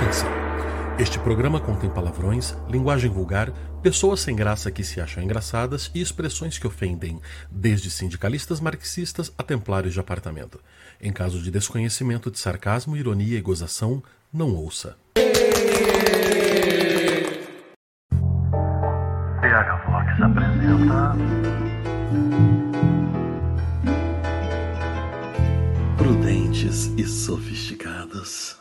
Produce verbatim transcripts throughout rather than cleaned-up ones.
Atenção! Este programa contém palavrões, linguagem vulgar, pessoas sem graça que se acham engraçadas e expressões que ofendem, desde sindicalistas marxistas a templários de apartamento. Em caso de desconhecimento de sarcasmo, ironia e gozação, não ouça. P H Vox apresenta Prudentes e sofisticados.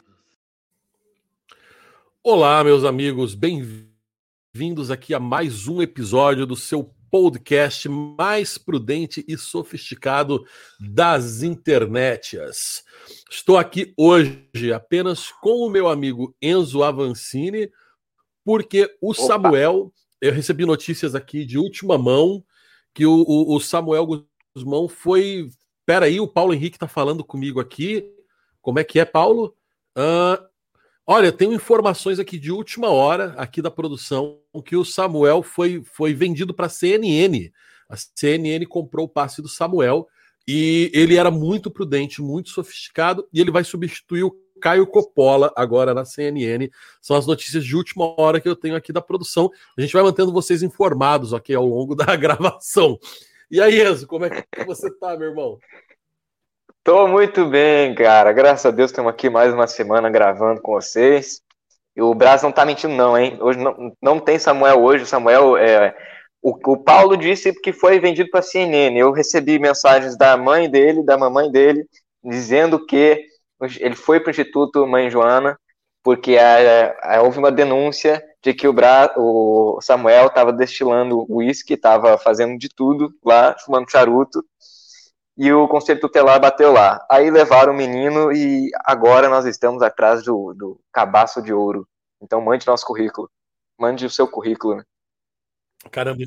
Olá, meus amigos, bem-vindos aqui a mais um episódio do seu podcast mais prudente e sofisticado das internetias. Estou aqui hoje apenas com o meu amigo Enzo Avancini, porque o Opa. Samuel, eu recebi notícias aqui de última mão que o, o, o Samuel Guzmão foi... Peraí, o Paulo Henrique está falando comigo aqui. Como é que é, Paulo? Uh... Olha, tenho informações aqui de última hora, aqui da produção, que o Samuel foi, foi vendido para a C N N. A C N N comprou o passe do Samuel e ele era muito prudente, muito sofisticado, e ele vai substituir o Caio Coppola agora na C N N. São as notícias de última hora que eu tenho aqui da produção. A gente vai mantendo vocês informados aqui ao longo da gravação. E aí, Enzo, como é que você tá, meu irmão? Tô muito bem, cara. Graças a Deus estamos aqui mais uma semana gravando com vocês. E o Braz não tá mentindo não, hein? Hoje não, não tem Samuel hoje. O Samuel, é, o, o Paulo disse que foi vendido para a C N N. Eu recebi mensagens da mãe dele, da mamãe dele, dizendo que ele foi para o Instituto Mãe Joana porque é, é, houve uma denúncia de que o, Bra, o Samuel estava destilando uísque, estava fazendo de tudo lá, fumando charuto. E o conselho tutelar bateu lá. Aí levaram o menino e agora nós estamos atrás do, do cabaço de ouro. Então mande nosso currículo. Mande o seu currículo, né? Caramba.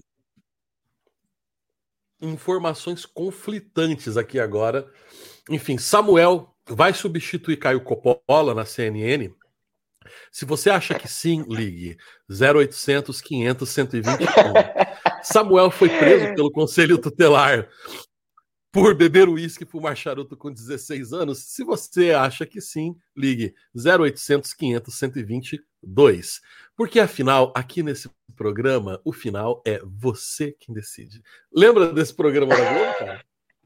Informações conflitantes aqui agora. Enfim, Samuel vai substituir Caio Coppola na C N N? Se você acha que sim, ligue zero oitocentos, quinhentos, cento e vinte e um. Samuel foi preso pelo conselho tutelar por beber uísque e fumar charuto com dezesseis anos? Se você acha que sim, ligue zero oitocentos, quinhentos, cento e vinte e dois. Porque, afinal, aqui nesse programa, o final é você quem decide. Lembra desse programa da Globo, cara?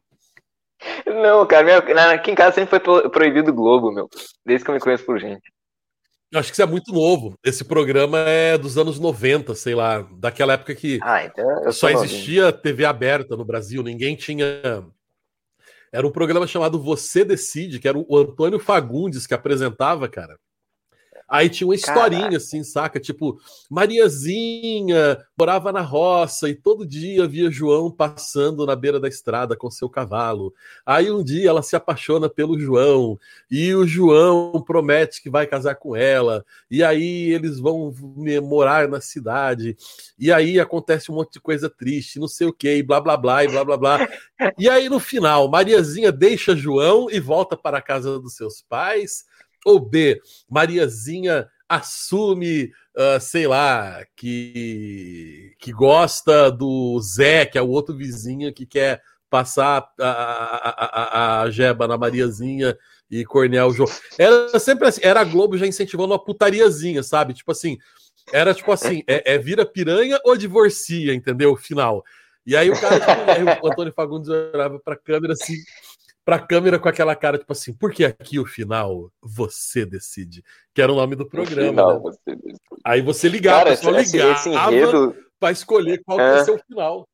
Não, cara, minha, aqui em casa sempre foi proibido o Globo, meu. Desde que eu me conheço por gente. Eu acho que isso é muito novo. Esse programa é dos anos noventa, sei lá, daquela época que ah, então só existia T V aberta no Brasil, ninguém tinha... Era um programa chamado Você Decide, que era o Antônio Fagundes que apresentava, cara. Aí tinha uma historinha, Caraca. assim, saca? Tipo, Mariazinha morava na roça e todo dia via João passando na beira da estrada com seu cavalo. Aí um dia ela se apaixona pelo João e o João promete que vai casar com ela. E aí eles vão morar na cidade. E aí acontece um monte de coisa triste, não sei o quê, e blá, blá, blá, e blá, blá, blá. E aí no final, Mariazinha deixa João e volta para a casa dos seus pais. Ou B, Mariazinha assume, uh, sei lá, que, que gosta do Zé, que é o outro vizinho que quer passar a, a, a, a jeba na Mariazinha e cornear o João. Era sempre assim, era a Globo já incentivando uma putariazinha, sabe? Tipo assim, era tipo assim, é, é vira piranha ou divorcia, entendeu? O final. E aí o cara, tipo, aí o Antônio Fagundes olhava pra câmera assim... pra câmera com aquela cara, tipo assim, porque aqui o final você decide, que era o nome do programa, final, né? Você decide. Aí você ligava, cara, só esse, ligava esse enredo... pra escolher qual é. que ia ser o final.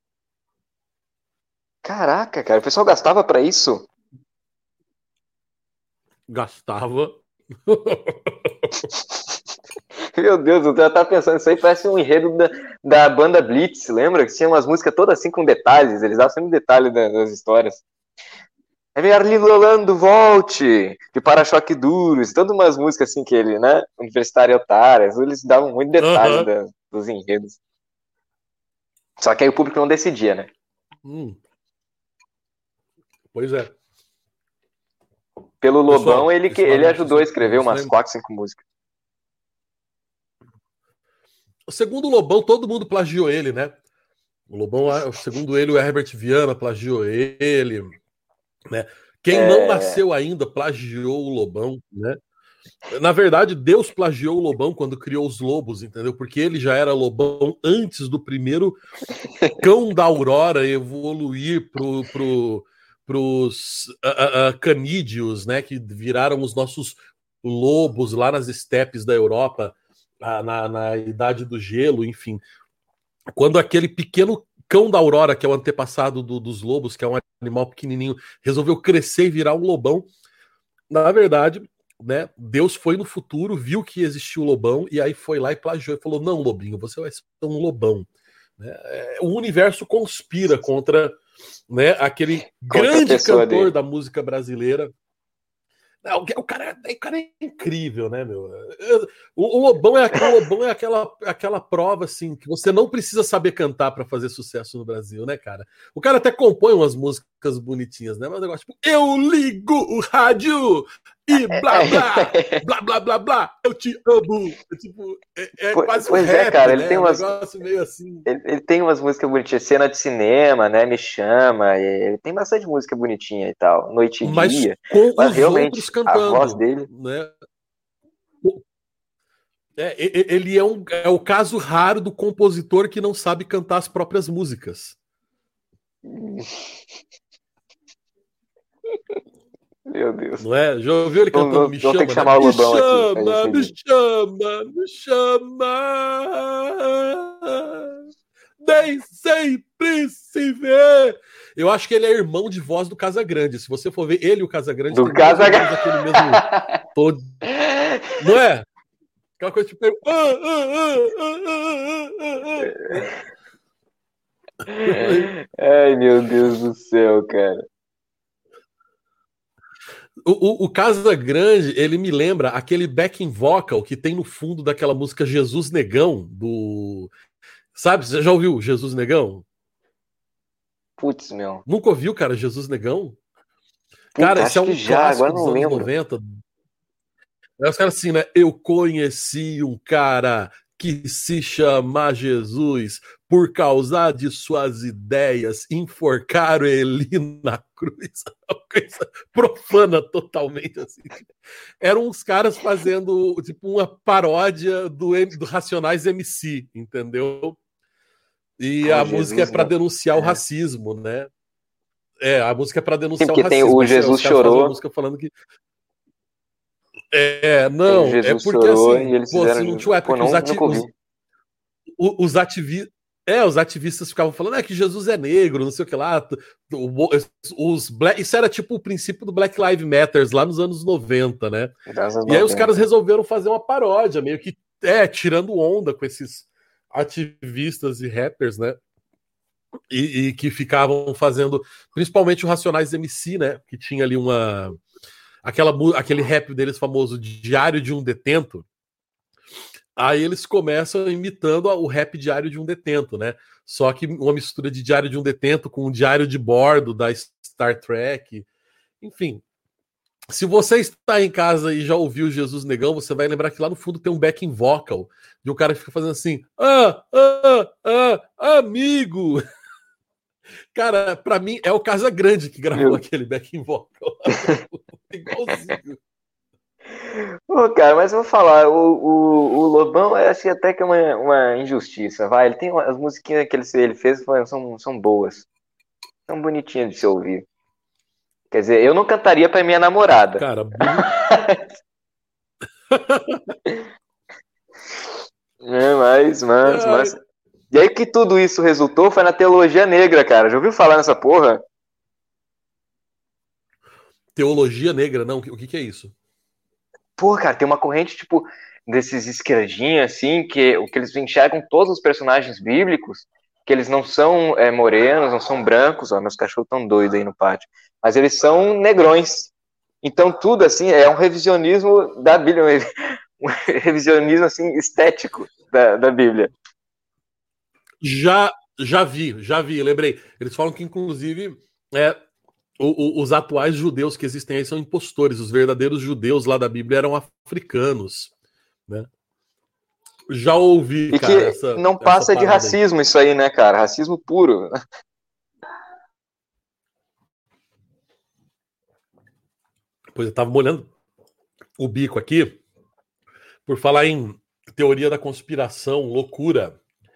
Caraca, cara, o pessoal gastava pra isso? Gastava. Meu Deus, eu tava pensando, isso aí parece um enredo da, da banda Blitz, lembra? Que tinha umas músicas todas assim com detalhes, eles davam sempre detalhes das, das histórias. É Arlindo Rolando, volte! De para-choque duros, todas umas músicas assim que ele, né? Universitário otárias, eles davam muito detalhe uhum. da, dos enredos. Só que aí o público não decidia, né? Hum. Pois é. Pelo Lobão, Pessoal, ele, que, ele ajudou a escrever umas quatro, cinco músicas. O segundo Lobão, todo mundo plagiou ele, né? O Lobão, segundo ele, o Herbert Viana plagiou ele. Né? Quem é... não nasceu ainda plagiou o Lobão, né? Na verdade, Deus plagiou o Lobão quando criou os lobos, entendeu? Porque ele já era lobão antes do primeiro cão da Aurora evoluir pro, pro, pros uh, uh, canídeos, né? Que viraram os nossos lobos lá nas estepes da Europa, uh, na, na Idade do Gelo, enfim. Quando aquele pequeno cão da Aurora, que é o antepassado do, dos lobos, que é um animal pequenininho, resolveu crescer e virar um lobão, na verdade... Né? Deus foi no futuro, viu que existia o lobão e aí foi lá e plagiou e falou: não, lobinho, você vai ser um lobão. Né? O universo conspira contra, né, aquele contra grande cantor dele. Da música brasileira. Não, o, cara, o cara é incrível, né, meu? O, o, Lobão, é, o Lobão é aquela, aquela prova, assim, que você não precisa saber cantar para fazer sucesso no Brasil, né, cara? O cara até compõe umas músicas bonitinhas, né? Mas o negócio, tipo, eu ligo o rádio e blá, blá, blá, blá, blá, blá, eu te amo. É, tipo, é, é pois, quase pois um rap, é, cara, ele né? tem umas, um negócio meio assim. Ele, ele tem umas músicas bonitinhas, cena de cinema, né? Me chama, ele tem bastante música bonitinha e tal, Noite e mas Dia. Com mas os realmente, outros cantando, a voz dele... né? É, ele é, um, é o caso raro do compositor que não sabe cantar as próprias músicas. Meu Deus. Não é? Já ouviu ele cantando vou, Me vou Chama? Ter que chamar né? o Lobão me chama, aqui, me chama, me chama. Nem sempre se vê. Eu acho que ele é irmão de voz do Casagrande. Se você for ver ele e o Casagrande, do tem Casagrande. aquele mesmo todo. Não é? Aquela coisa tipo. Ah, ah, ah, ah, ah, ah. Ai, meu Deus do céu, cara. O, o, o Casagrande, ele me lembra aquele backing vocal que tem no fundo daquela música Jesus Negão, do... Sabe, você já ouviu Jesus Negão? Putz, meu. Nunca ouviu, cara, Jesus Negão? Puta, cara, esse é um já, clássico dos não anos lembro. noventa. É os caras assim, né? Eu conheci um cara que se chama Jesus, por causa de suas ideias, enforcaram ele na cruz. Uma coisa profana totalmente, assim. Eram uns caras fazendo, tipo, uma paródia do, do Racionais M C, entendeu? E Pô, a Jesus, música é para denunciar é. o racismo, né? É, a música é para denunciar Sim, o racismo. Tem o Jesus os caras chorou. fazem uma música falando que É, não, é porque assim, e eles pô, fizeram... se não tinha época pô, que os, não, ati os, os ativistas. É, os ativistas ficavam falando é, que Jesus é negro, não sei o que lá. Os black, isso era tipo o princípio do Black Lives Matter lá nos anos noventa, né? E aí os caras resolveram fazer uma paródia, meio que é, tirando onda com esses ativistas e rappers, né? E, e que ficavam fazendo, principalmente o Racionais M C, né? Que tinha ali uma. Aquela, aquele rap deles famoso, Diário de um Detento. Aí eles começam imitando o rap Diário de um Detento, né? Só que uma mistura de Diário de um Detento com o Diário de Bordo da Star Trek. Enfim, se você está em casa e já ouviu Jesus Negão, você vai lembrar que lá no fundo tem um backing vocal de um cara que fica fazendo assim: ah, ah, ah, amigo! Cara, pra mim é o Casagrande que gravou Meu. aquele backing vocal. Igualzinho. Pô, cara, mas eu vou falar, o, o, o Lobão, eu acho que até que é uma, uma injustiça, vai. Ele tem as musiquinhas que ele, ele fez são, são boas. São bonitinhas de se ouvir. Quer dizer, eu não cantaria pra minha namorada. Cara, é, mas, mas, mas. E aí que tudo isso resultou foi na teologia negra, cara. Já ouviu falar nessa porra? Teologia negra, não? O que, que é isso? Pô, cara, tem uma corrente, tipo, desses esquerdinhos, assim, que, que eles enxergam todos os personagens bíblicos, que eles não são é, morenos, não são brancos, ó, meus cachorros estão doidos aí no pátio, mas eles são negrões. Então tudo, assim, é um revisionismo da Bíblia, um revisionismo, assim, estético da, da Bíblia. Já, já vi, já vi, lembrei. Eles falam que, inclusive, é, o, o, os atuais judeus que existem aí são impostores. Os verdadeiros judeus lá da Bíblia eram africanos, né? Já ouvi, e cara, que essa, não passa de racismo aí. Isso aí, né, cara? Racismo puro. Pois eu tava molhando o bico aqui, por falar em teoria da conspiração, loucura,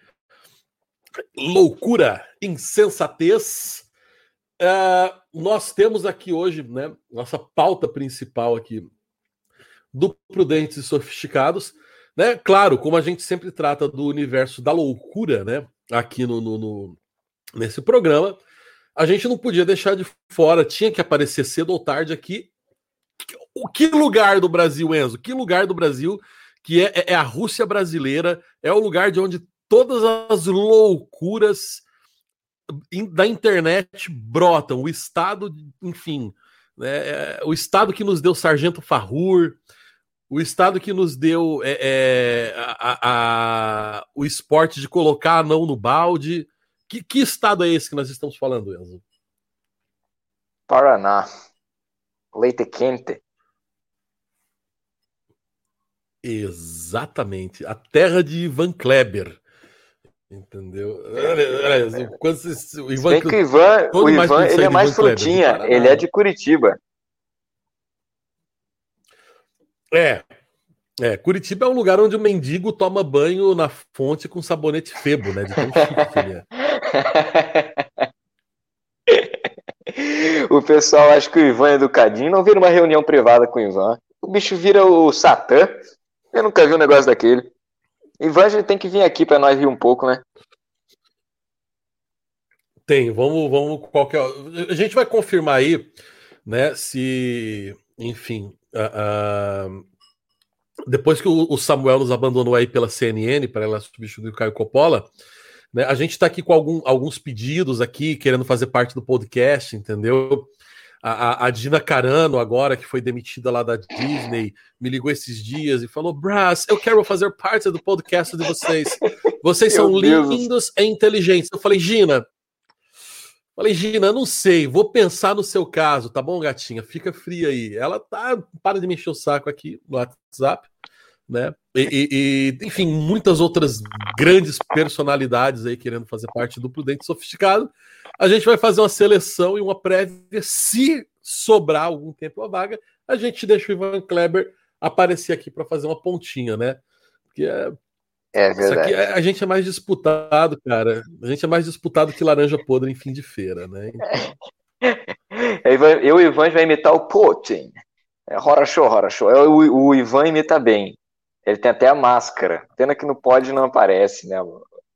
loucura, insensatez. Uh, nós temos aqui hoje, né, nossa pauta principal aqui do Prudentes e Sofisticados, né? Claro, como a gente sempre trata do universo da loucura, né, aqui no, no, no nesse programa, a gente não podia deixar de fora, tinha que aparecer cedo ou tarde aqui. O que lugar do Brasil, Enzo? Que lugar do Brasil que é, é a Rússia brasileira, é o lugar de onde todas as loucuras da internet brotam, o estado, enfim, né, o estado que nos deu Sargento Farrur, o estado que nos deu é, é, a, a, o esporte de colocar anão no balde. Que, que estado é esse que nós estamos falando, Enzo? Paraná. Leite quente. Exatamente. A terra de Ivan Kleber. Entendeu? Quando você, o Ivan, Bem que o Ivan, o Ivan ele é mais Ivan Kleber, frutinha, ele é de Curitiba. É, é, Curitiba é um lugar onde o mendigo toma banho na fonte com sabonete Febo, né? De tão chique que ele é. O pessoal acha que o Ivan é educadinho, não vira uma reunião privada com o Ivan. O bicho vira o Satã. Eu nunca vi um negócio daquele. Ivan já tem que vir aqui para nós rir um pouco, né? Tem, vamos, vamos qualquer. A gente vai confirmar aí, né? Se, enfim, uh, uh, depois que o, o Samuel nos abandonou aí pela C N N para ela substituir o Caio Coppola, né? A gente está aqui com algum, alguns pedidos aqui, querendo fazer parte do podcast, entendeu? A, a Dina Carano, agora que foi demitida lá da Disney, me ligou esses dias e falou: Brás, eu quero fazer parte do podcast de vocês. Vocês são lindos e inteligentes. Eu falei, Gina, falei, Gina, não sei, vou pensar no seu caso, tá bom, gatinha? Fica fria aí. Ela tá, para de me encher o saco aqui no WhatsApp, né? E, e, enfim, muitas outras grandes personalidades aí querendo fazer parte do Prudente Sofisticado. A gente vai fazer uma seleção e uma prévia. Se sobrar algum tempo a vaga, a gente deixa o Ivan Kleber aparecer aqui para fazer uma pontinha, né? Porque é, é verdade. Isso aqui, a gente é mais disputado, cara. A gente é mais disputado que laranja podre em fim de feira, né? Então... Eu e o Ivan vai imitar o Putin. É, hora show, hora show. O, o Ivan imita bem. Ele tem até a máscara. Pena que no pod não aparece, né?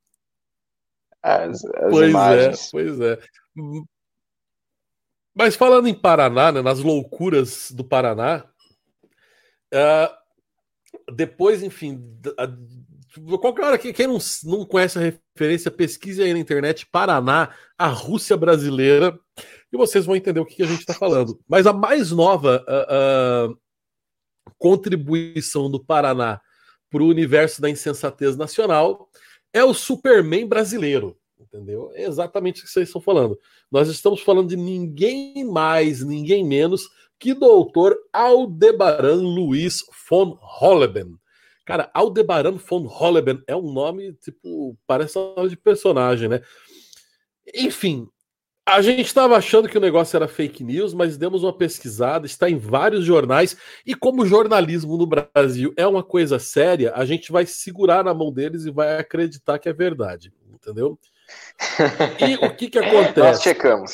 As, as pois imagens. é, pois é. Mas falando em Paraná, né, nas loucuras do Paraná, uh, depois, enfim, uh, qualquer hora, quem não, não conhece a referência, pesquise aí na internet Paraná, a Rússia brasileira, e vocês vão entender o que, que a gente está falando. Mas a mais nova uh, uh, contribuição do Paraná para o universo da insensatez nacional é o Superman brasileiro, entendeu? É exatamente o que vocês estão falando. Nós estamos falando de ninguém mais, ninguém menos que doutor Aldebaran Luiz von Holleben. Cara, Aldebaran von Holleben é um nome, tipo, parece um nome de personagem, né? Enfim, a gente estava achando que o negócio era fake news, mas demos uma pesquisada, está em vários jornais, e como o jornalismo no Brasil é uma coisa séria, a gente vai segurar na mão deles e vai acreditar que é verdade, entendeu? E o que que acontece? Nós checamos.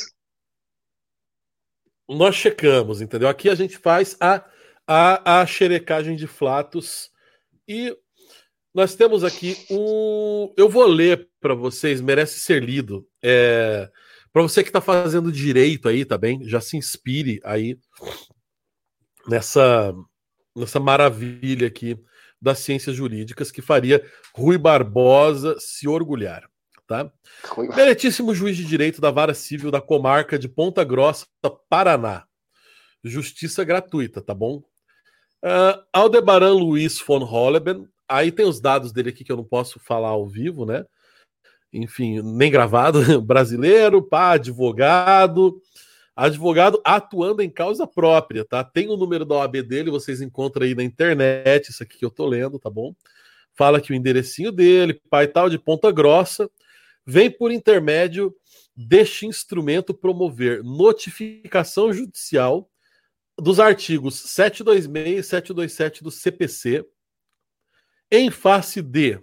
Nós checamos, entendeu? Aqui a gente faz a, a, a xerecagem de fatos e nós temos aqui um... Eu vou ler para vocês, merece ser lido. É... Para você que está fazendo direito aí, tá bem? Já se inspire aí nessa, nessa maravilha aqui das ciências jurídicas que faria Rui Barbosa se orgulhar, tá? Meritíssimo juiz de direito da Vara Civil da Comarca de Ponta Grossa, Paraná. Justiça gratuita, tá bom? Uh, Aldebaran Luiz von Holleben. Aí tem os dados dele aqui que eu não posso falar ao vivo, né? Enfim, nem gravado, brasileiro, pá, advogado, advogado atuando em causa própria, tá? Tem o número da O A B dele, vocês encontram aí na internet, isso aqui que eu tô lendo, tá bom? Fala que o enderecinho dele, pai tal, de Ponta Grossa, vem por intermédio deste instrumento promover notificação judicial dos artigos setecentos e vinte e seis e setecentos e vinte e sete do C P C, em face de,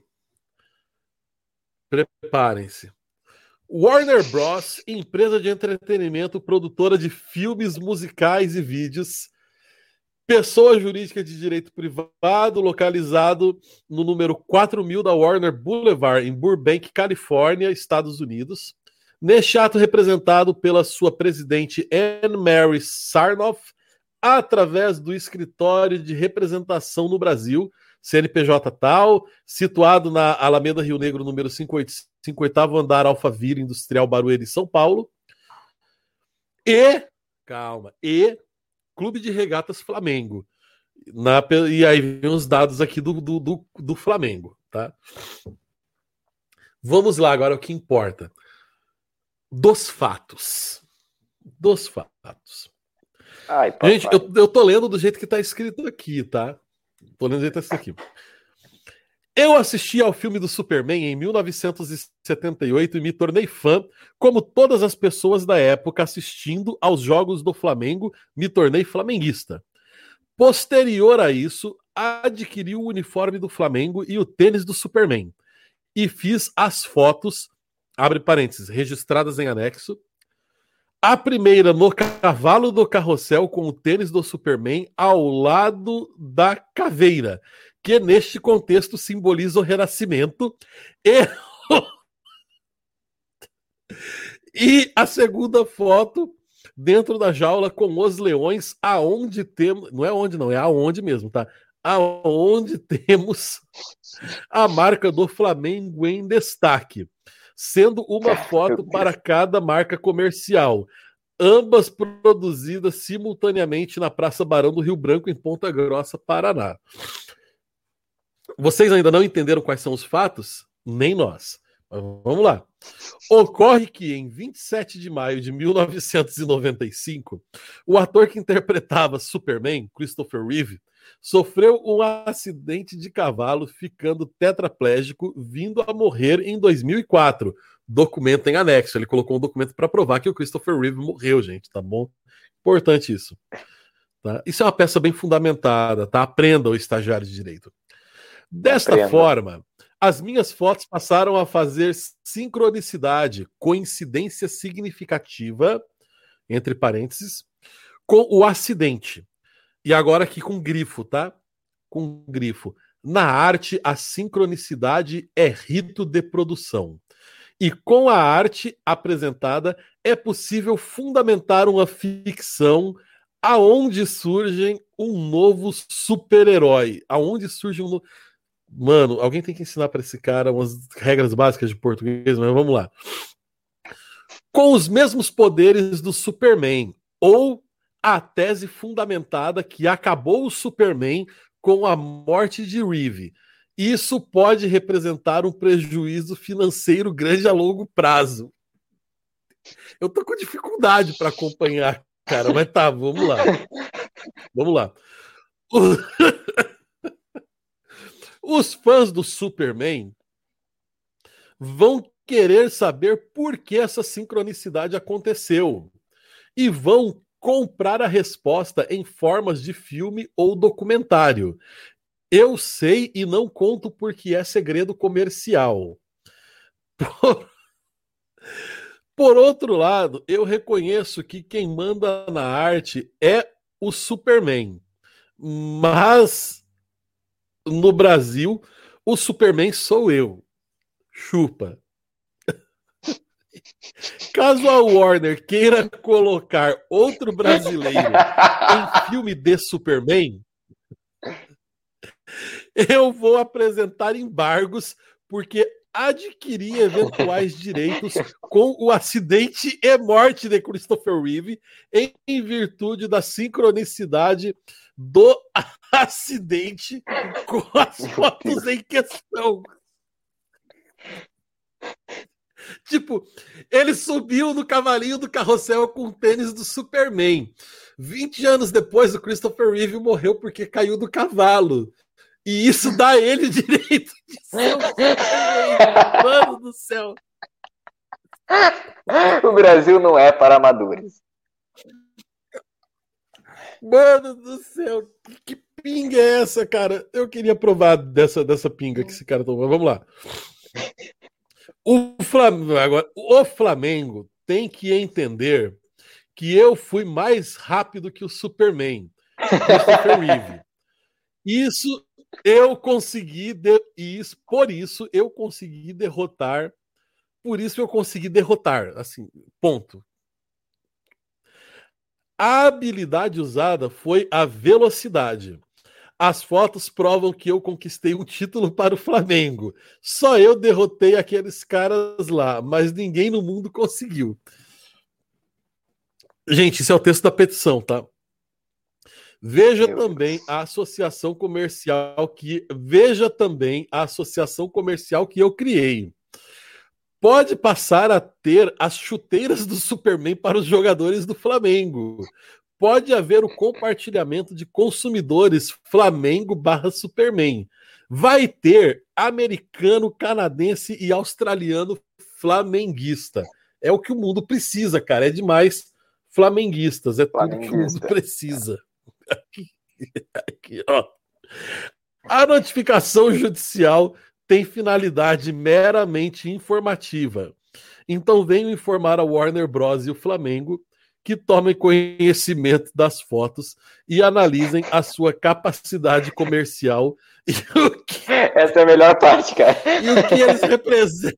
preparem-se, Warner Bros., empresa de entretenimento, produtora de filmes, musicais e vídeos, pessoa jurídica de direito privado, localizado no número quatro mil da Warner Boulevard, em Burbank, Califórnia, Estados Unidos. Neste ato representado pela sua presidente Anne Mary Sarnoff, através do escritório de representação no Brasil, C N P J tal, situado na Alameda Rio Negro, número cinquenta e cinco, oitavo andar, Alphaville Industrial, Barueri, São Paulo. E, calma, e Clube de Regatas Flamengo. Na, e aí vem os dados aqui do, do, do, do Flamengo, tá? Vamos lá agora, o que importa. Dos fatos. Dos fatos. Ai, gente, eu, eu tô lendo do jeito que tá escrito aqui, tá? Tô lendo do jeito que tá escrito aqui. Eu assisti ao filme do Superman em mil novecentos e setenta e oito e me tornei fã, como todas as pessoas da época assistindo aos jogos do Flamengo, me tornei flamenguista. Posterior a isso, adquiri o uniforme do Flamengo e o tênis do Superman. E fiz as fotos, abre parênteses, registradas em anexo. A primeira no cavalo do carrossel com o tênis do Superman ao lado da caveira, que neste contexto simboliza o renascimento. E, e a segunda foto dentro da jaula com os leões, aonde temos... Não é onde não, é aonde mesmo, tá? Aonde temos a marca do Flamengo em destaque, sendo uma foto para cada marca comercial, ambas produzidas simultaneamente na Praça Barão do Rio Branco, em Ponta Grossa, Paraná. Vocês ainda não entenderam quais são os fatos? Nem nós. Mas vamos lá. Ocorre que em vinte e sete de maio de mil novecentos e noventa e cinco, o ator que interpretava Superman, Christopher Reeve, sofreu um acidente de cavalo, ficando tetraplégico, vindo a morrer em dois mil e quatro. Documento em anexo. Ele colocou um documento para provar que o Christopher Reeve morreu, gente, tá bom? Importante isso. Tá? Isso é uma peça bem fundamentada, tá? Aprenda, o estagiário de direito. Desta Aprenda. forma, as minhas fotos passaram a fazer sincronicidade, coincidência significativa, entre parênteses, com o acidente. E agora aqui com grifo, tá? Com grifo. Na arte, a sincronicidade é rito de produção. E com a arte apresentada, é possível fundamentar uma ficção aonde surge um novo super-herói. Aonde surge um novo... Mano, alguém tem que ensinar para esse cara umas regras básicas de português, mas vamos lá. Com os mesmos poderes do Superman, ou a tese fundamentada que acabou o Superman com a morte de Reeve. Isso pode representar um prejuízo financeiro grande a longo prazo. Eu tô com dificuldade para acompanhar, cara, mas tá, vamos lá. Vamos lá. Os fãs do Superman vão querer saber por que essa sincronicidade aconteceu e vão comprar a resposta em formas de filme ou documentário. Eu sei e não conto porque é segredo comercial. Por... Por outro lado, eu reconheço que quem manda na arte é o Superman. Mas no Brasil, o Superman sou eu. Chupa. Caso a Warner queira colocar outro brasileiro em filme de Superman, eu vou apresentar embargos porque adquiri eventuais direitos com o acidente e morte de Christopher Reeve em virtude da sincronicidade do acidente com as fotos em questão. Tipo, ele subiu no cavalinho do carrossel com o tênis do Superman. vinte anos depois, o Christopher Reeve morreu porque caiu do cavalo. E isso dá a ele o direito de ser o Superman. Mano do céu. O Brasil não é para amadores. Mano do céu, que, que pinga é essa, cara? Eu queria provar dessa, dessa pinga que esse cara tomou. Vamos lá. O Flamengo, agora, o Flamengo tem que entender que eu fui mais rápido que o Superman, Christopher Reeve. Isso eu consegui, de... isso, por isso eu consegui derrotar, por isso eu consegui derrotar, assim, ponto. A habilidade usada foi a velocidade. As fotos provam que eu conquistei um título para o Flamengo. Só eu derrotei aqueles caras lá, mas ninguém no mundo conseguiu. Gente, esse é o texto da petição, tá? Veja Meu também Deus. a associação comercial que veja também a associação comercial que eu criei. Pode passar a ter as chuteiras do Superman para os jogadores do Flamengo. Pode haver o compartilhamento de consumidores Flamengo barra Superman. Vai ter americano, canadense e australiano flamenguista. É o que o mundo precisa, cara. É demais flamenguistas. É tudo que o mundo precisa. Aqui, aqui, ó. A notificação judicial tem finalidade meramente informativa. Então venho informar a Warner Bros. E o Flamengo que tomem conhecimento das fotos e analisem a sua capacidade comercial. E o que... Essa é a melhor parte, cara. E o que eles representam.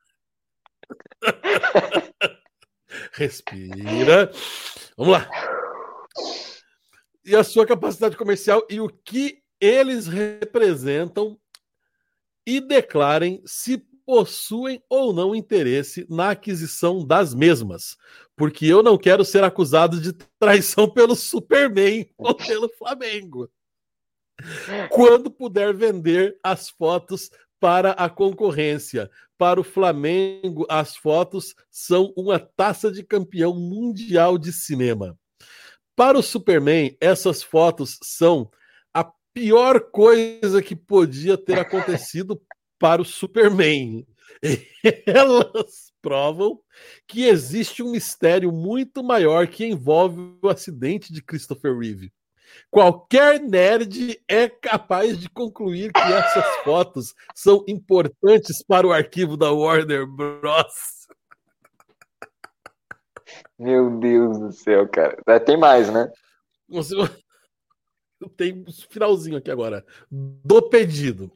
Respira. Vamos lá. E a sua capacidade comercial e o que eles representam e declarem se possuem ou não interesse na aquisição das mesmas, porque eu não quero ser acusado de traição pelo Superman ou pelo Flamengo. Quando puder vender as fotos para a concorrência. Para o Flamengo, as fotos são uma taça de campeão mundial de cinema. Para o Superman, essas fotos são a pior coisa que podia ter acontecido para o Superman. Elas provam que existe um mistério muito maior que envolve o acidente de Christopher Reeve. Qualquer nerd é capaz de concluir que essas fotos são importantes para o arquivo da Warner Bros. Meu Deus do céu, cara. Tem mais, né? Tem um finalzinho aqui agora. Do pedido.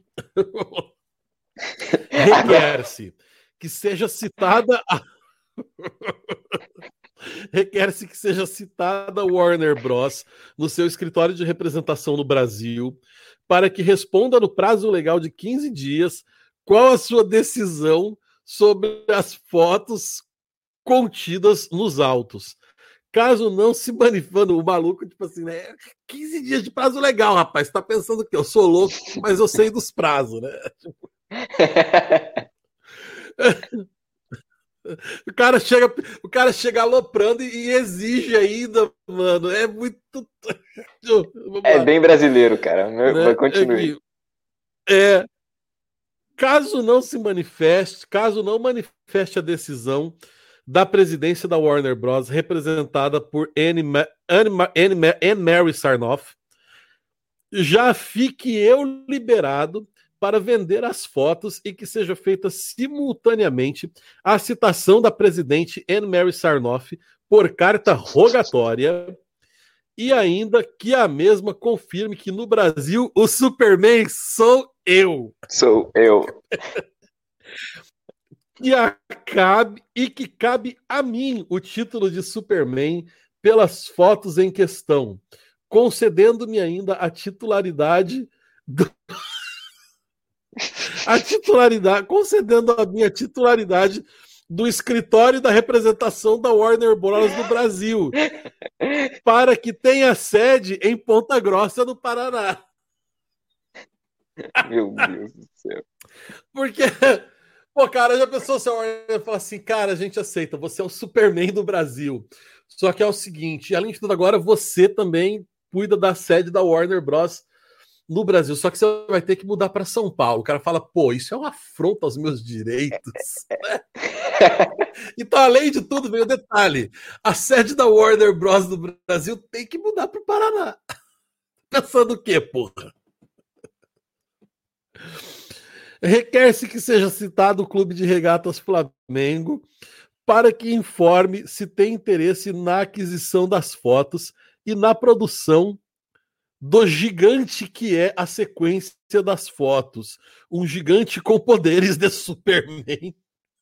Requer-se que seja citada a... Requer-se que seja citada Warner Bros. No seu escritório de representação no Brasil para que responda no prazo legal de quinze dias qual a sua decisão sobre as fotos contidas nos autos. Caso não se manifeste, o maluco, tipo assim, né? quinze dias de prazo legal, rapaz. Tá pensando que eu sou louco, mas eu sei dos prazos, né? O cara chega, o cara chega aloprando e exige ainda, mano. É muito. É bem brasileiro, cara. Né? Continue. É. Caso não se manifeste, caso não manifeste a decisão da presidência da Warner Bros., representada por Anne, Anne, Anne, Anne Mary Sarnoff, já fique eu liberado para vender as fotos e que seja feita simultaneamente a citação da presidente Anne Mary Sarnoff por carta rogatória e ainda que a mesma confirme que no Brasil o Superman sou eu. Sou eu. E, a, cabe, e que cabe a mim o título de Superman pelas fotos em questão, concedendo-me ainda a titularidade do... a titularidade, concedendo a minha titularidade do escritório da representação da Warner Bros. Do Brasil, para que tenha sede em Ponta Grossa, no Paraná. Meu Deus do céu. Porque, pô, cara, já pensou se a Warner fala assim, cara, a gente aceita, você é o Superman do Brasil. Só que é o seguinte, além de tudo agora, você também cuida da sede da Warner Bros. no Brasil, só que você vai ter que mudar para São Paulo. O cara fala, pô, isso é uma afronta aos meus direitos. Né? Então, além de tudo, vem o detalhe. A sede da Warner Bros. Do Brasil tem que mudar para o Paraná. Pensando o quê, porra? Requer-se que seja citado o Clube de Regatas Flamengo para que informe se tem interesse na aquisição das fotos e na produção do gigante que é a sequência das fotos. Um gigante com poderes de Superman.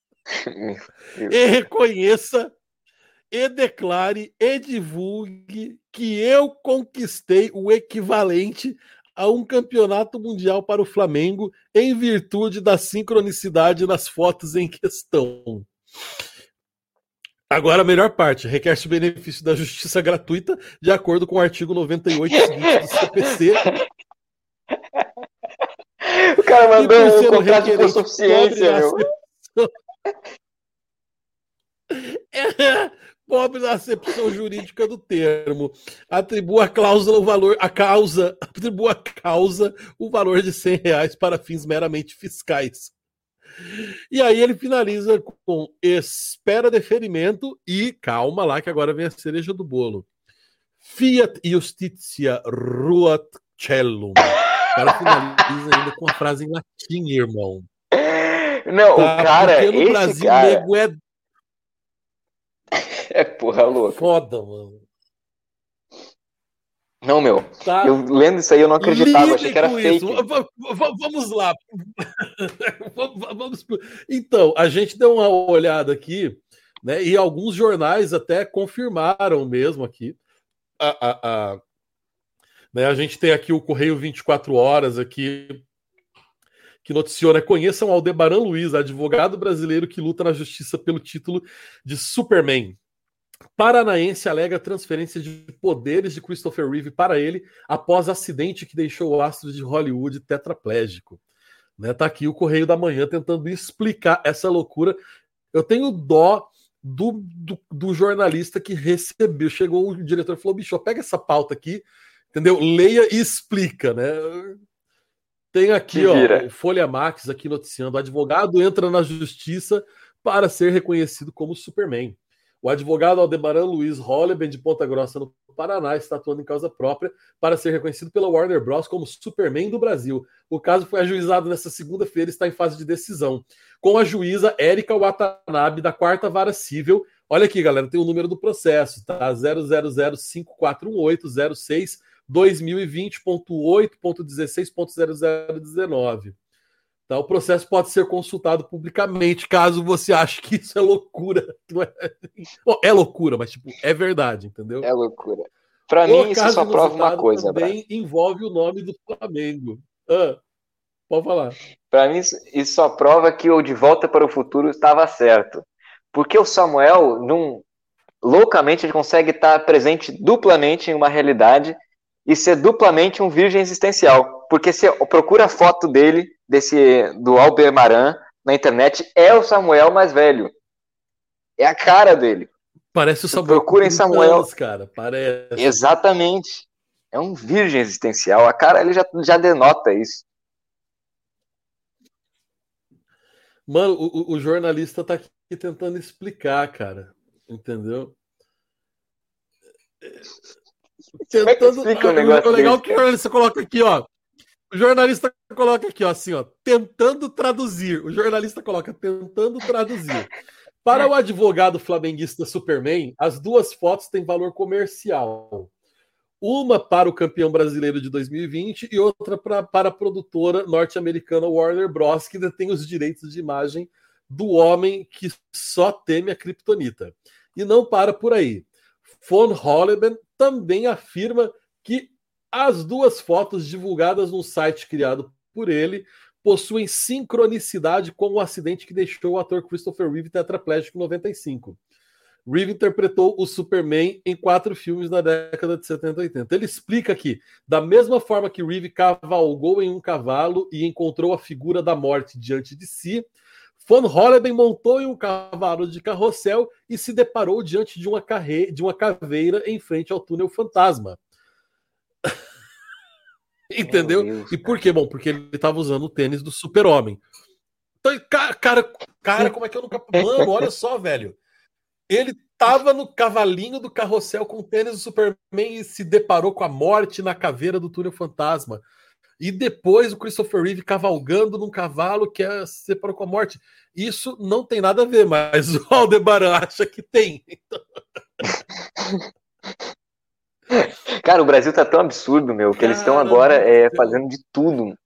E reconheça e declare e divulgue que eu conquistei o equivalente a um campeonato mundial para o Flamengo em virtude da sincronicidade nas fotos em questão. Agora a melhor parte, requer-se o benefício da justiça gratuita de acordo com o artigo noventa e oito seguinte do C P C. O cara mandou um contrato de consubciência, meu. É, pobre da acepção jurídica do termo. Atribua a cláusula o valor, a causa, atribua a causa o valor de cem reais para fins meramente fiscais. E aí ele finaliza com espera deferimento e calma lá que agora vem a cereja do bolo. Fiat Justitia ruat cellum. O cara finaliza ainda com a frase em latim, irmão. Não, tá? O cara, porque no esse Brasil, cara... nego é... é porra louca. Foda, mano. Não, meu. Tá. Eu lendo isso aí eu não acreditava, Lidem achei que era fake. Isso. Vamos lá. Vamos... Então, a gente deu uma olhada aqui, né? E alguns jornais até confirmaram mesmo aqui. A, a, a, né, a gente tem aqui o Correio vinte e quatro horas aqui, que noticiou, né? Conheçam Aldebaran Luiz, advogado brasileiro que luta na justiça pelo título de Superman. Paranaense alega transferência de poderes de Christopher Reeve para ele após acidente que deixou o astro de Hollywood tetraplégico. Né, tá aqui o Correio da Manhã tentando explicar essa loucura. Eu tenho dó do, do, do jornalista que recebeu. Chegou o diretor e falou, bicho, pega essa pauta aqui, entendeu? Leia e explica, né? Tem aqui, ó, o Folha Max aqui noticiando, o advogado entra na justiça para ser reconhecido como Superman. O advogado Aldebaran Luiz Holleben, de Ponta Grossa, no Paraná, está atuando em causa própria para ser reconhecido pela Warner Bros. Como Superman do Brasil. O caso foi ajuizado nesta segunda-feira e está em fase de decisão. Com a juíza Érica Watanabe, da quarta Vara Civil. Olha aqui, galera, tem o número do processo, tá? zero zero zero cinco quatro um oito zero seis dois mil e vinte ponto oito ponto dezesseis ponto zero zero dezenove. Tá, o processo pode ser consultado publicamente, caso você ache que isso é loucura. Não é... Bom, é loucura, mas tipo, é verdade, entendeu? É loucura. Para mim, isso só prova uma coisa, também Bra. envolve o nome do Flamengo. Ah, pode falar. Para mim, isso só prova que o De Volta para o Futuro estava certo. Porque o Samuel, num... loucamente, ele consegue estar presente duplamente em uma realidade e ser duplamente um virgem existencial. Porque você procura a foto dele, desse, do Aldebaran, na internet, é o Samuel mais velho. É a cara dele. Parece o Samuel. Procurem Samuel. Anos, cara. Parece. Exatamente. É um virgem existencial. A cara, ele já, já denota isso. Mano, o, o jornalista tá aqui tentando explicar, cara. Entendeu? Como é que explica um negócio o legal desse, que o jornalista coloca aqui, ó. O jornalista coloca aqui, ó, assim, ó, tentando traduzir. O jornalista coloca tentando traduzir. Para o advogado flamenguista Superman, as duas fotos têm valor comercial. Uma para o campeão brasileiro de dois mil e vinte e outra pra, para a produtora norte-americana Warner Bros., que detém os direitos de imagem do homem que só teme a kriptonita. E não para por aí. Von Holleben também afirma que as duas fotos divulgadas no site criado por ele possuem sincronicidade com o acidente que deixou o ator Christopher Reeve tetraplégico em noventa e cinco. Reeve interpretou o Superman em quatro filmes na década de setenta e oitenta. Ele explica que, da mesma forma que Reeve cavalgou em um cavalo e encontrou a figura da morte diante de si, Von Holleben montou em um cavalo de carrossel e se deparou diante de uma, carre... de uma caveira em frente ao túnel fantasma. Entendeu? Deus, e por quê? Bom, porque ele estava usando o tênis do Super-Homem. Então, cara, cara, como é que eu nunca. Mano, olha só, velho. Ele tava no cavalinho do carrossel com o tênis do Superman e se deparou com a morte na caveira do túnel fantasma. E depois o Christopher Reeve cavalgando num cavalo que é, se deparou com a morte. Isso não tem nada a ver, mas o Aldebaran acha que tem. Então... Cara, o Brasil tá tão absurdo, meu, que eles estão agora é, fazendo de tudo.